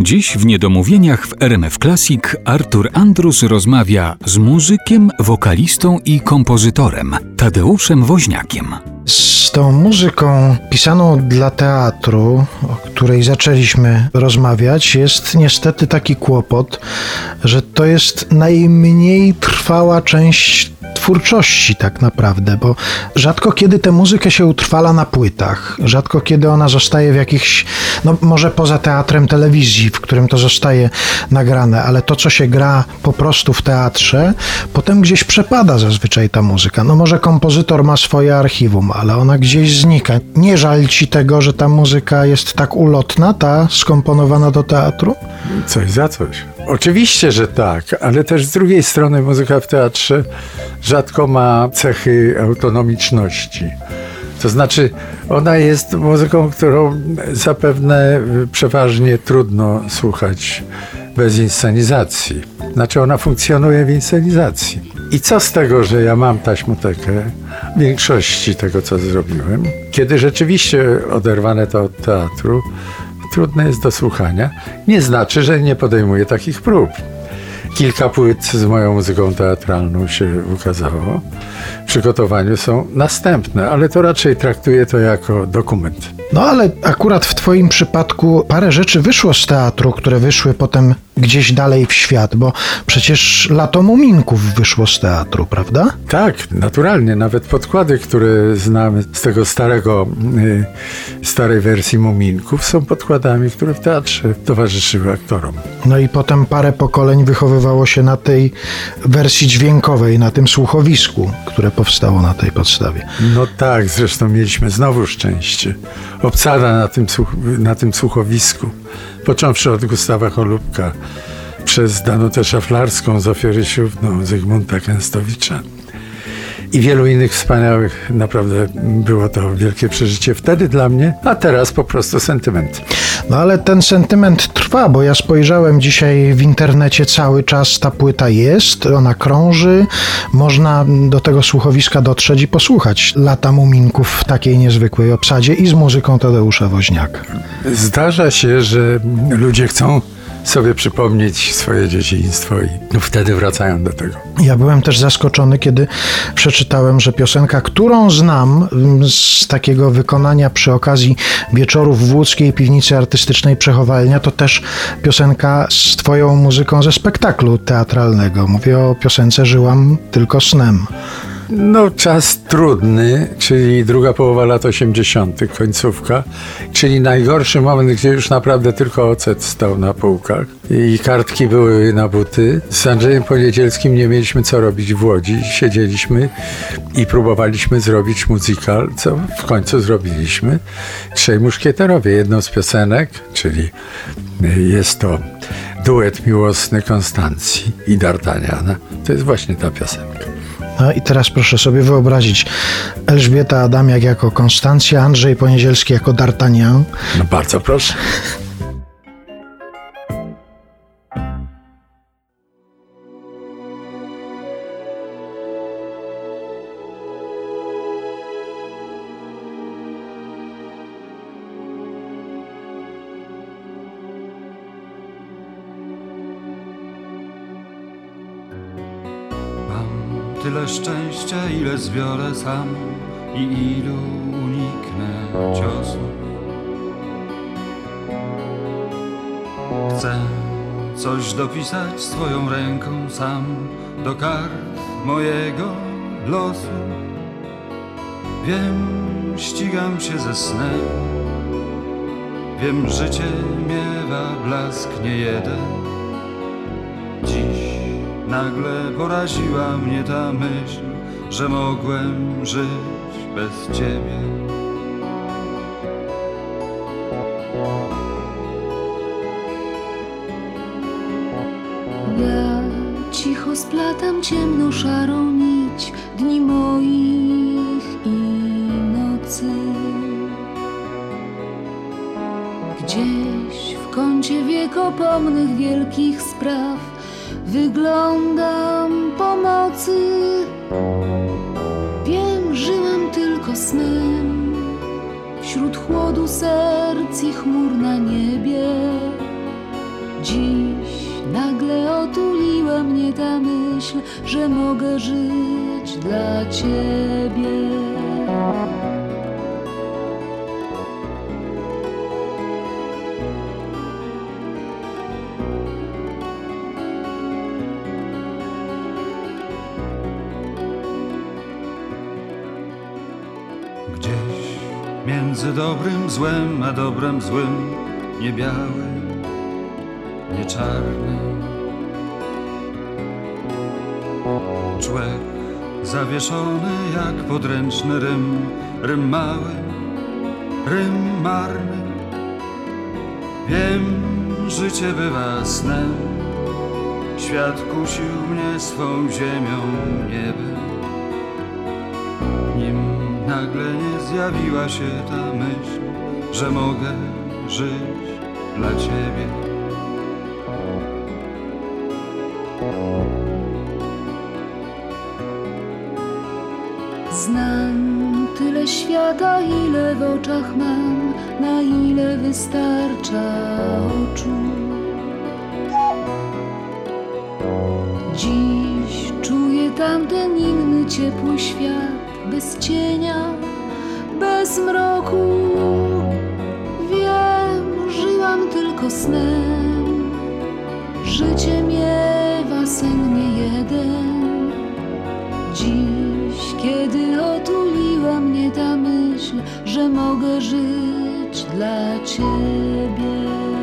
Dziś w Niedomówieniach w RMF Classic Artur Andrus rozmawia z muzykiem, wokalistą i kompozytorem Tadeuszem Woźniakiem. Z tą muzyką pisaną dla teatru, o której zaczęliśmy rozmawiać, jest niestety taki kłopot, że to jest najmniej trwała część twórczości tak naprawdę, bo rzadko kiedy tę muzykę się utrwala na płytach, rzadko kiedy ona zostaje w jakichś, może poza teatrem telewizji, w którym to zostaje nagrane, ale to, co się gra po prostu w teatrze, potem gdzieś przepada zazwyczaj ta muzyka. Może kompozytor ma swoje archiwum, ale ona gdzieś znika. Nie żal ci tego, że ta muzyka jest tak ulotna, ta skomponowana do teatru? Coś za coś. Oczywiście, że tak, ale też z drugiej strony muzyka w teatrze rzadko ma cechy autonomiczności. To znaczy, ona jest muzyką, którą zapewne przeważnie trudno słuchać bez inscenizacji. Znaczy, ona funkcjonuje w inscenizacji. I co z tego, że ja mam taśmotekę większości tego, co zrobiłem, kiedy rzeczywiście oderwane to od teatru, trudne jest do słuchania, nie znaczy, że nie podejmuję takich prób. Kilka płyt z moją muzyką teatralną się ukazało. W przygotowaniu są następne, ale to raczej traktuję to jako dokument. Ale akurat w twoim przypadku parę rzeczy wyszło z teatru, które wyszły potem gdzieś dalej w świat, bo przecież Lato Muminków wyszło z teatru, prawda? Tak, naturalnie. Nawet podkłady, które znamy z tego starej wersji Muminków, są podkładami, które w teatrze towarzyszyły aktorom. I potem parę pokoleń wychowywało się na tej wersji dźwiękowej, na tym słuchowisku, które powstało na tej podstawie. Tak, zresztą mieliśmy znowu szczęście. Obsada na tym słuchowisku, począwszy od Gustawa Holubka, przez Danutę Szaflarską, Zofię Rysiówną, Zygmunta Kęstowicza i wielu innych wspaniałych. Naprawdę było to wielkie przeżycie wtedy dla mnie, a teraz po prostu sentyment. Ale ten sentyment trwa, bo ja spojrzałem dzisiaj w internecie, cały czas ta płyta jest, ona krąży, można do tego słuchowiska dotrzeć i posłuchać Lata Muminków w takiej niezwykłej obsadzie i z muzyką Tadeusza Woźniaka. Zdarza się, że ludzie chcą sobie przypomnieć swoje dzieciństwo i wtedy wracają do tego. Ja byłem też zaskoczony, kiedy przeczytałem, że piosenka, którą znam z takiego wykonania przy okazji wieczorów w łódzkiej piwnicy artystycznej Przechowalnia, to też piosenka z twoją muzyką ze spektaklu teatralnego. Mówię o piosence Żyłam tylko snem. Czas trudny, czyli druga połowa lat 80., końcówka, czyli najgorszy moment, gdzie już naprawdę tylko ocet stał na półkach i kartki były na buty. Z Andrzejem Poniedzielskim nie mieliśmy co robić w Łodzi. Siedzieliśmy i próbowaliśmy zrobić musical, co w końcu zrobiliśmy. Trzej muszkieterowie. Jedną z piosenek, czyli jest to duet miłosny Konstancji i D'Artagnana. To jest właśnie ta piosenka. I teraz proszę sobie wyobrazić Elżbieta Adamiak jako Konstancja, Andrzej Poniedzielski jako D'Artagnan. Bardzo proszę. Tyle szczęścia, ile zbiorę sam i ilu uniknę ciosu. Chcę coś dopisać swoją ręką sam do kart mojego losu. Wiem, ścigam się ze snem. Wiem, życie miewa blask niejeden. Dziś nagle poraziła mnie ta myśl, że mogłem żyć bez ciebie. Ja cicho splatam ciemną szarą nić dni moich i nocy. Gdzieś w kącie wiekopomnych wielkich spraw wyglądam pomocy. Wiem, żyłam tylko snem wśród chłodu serc i chmur na niebie. Dziś nagle otuliła mnie ta myśl, że mogę żyć dla Ciebie. Gdzieś między dobrym złem a dobrem złym, nie biały, nie czarny, człek zawieszony jak podręczny rym mały, rym marny. Wiem, życie bywa snem, świat kusił mnie swą ziemią, niebem, nim nagle nie zjawiła się ta myśl, że mogę żyć dla Ciebie. Znam tyle świata, ile w oczach mam, na ile wystarcza oczu. Dziś czuję tamten inny, ciepły świat, bez cienia, bez mroku. Wiem, żyłam tylko snem, życie miewa sen nie jeden. Dziś, kiedy otuliła mnie ta myśl, że mogę żyć dla Ciebie.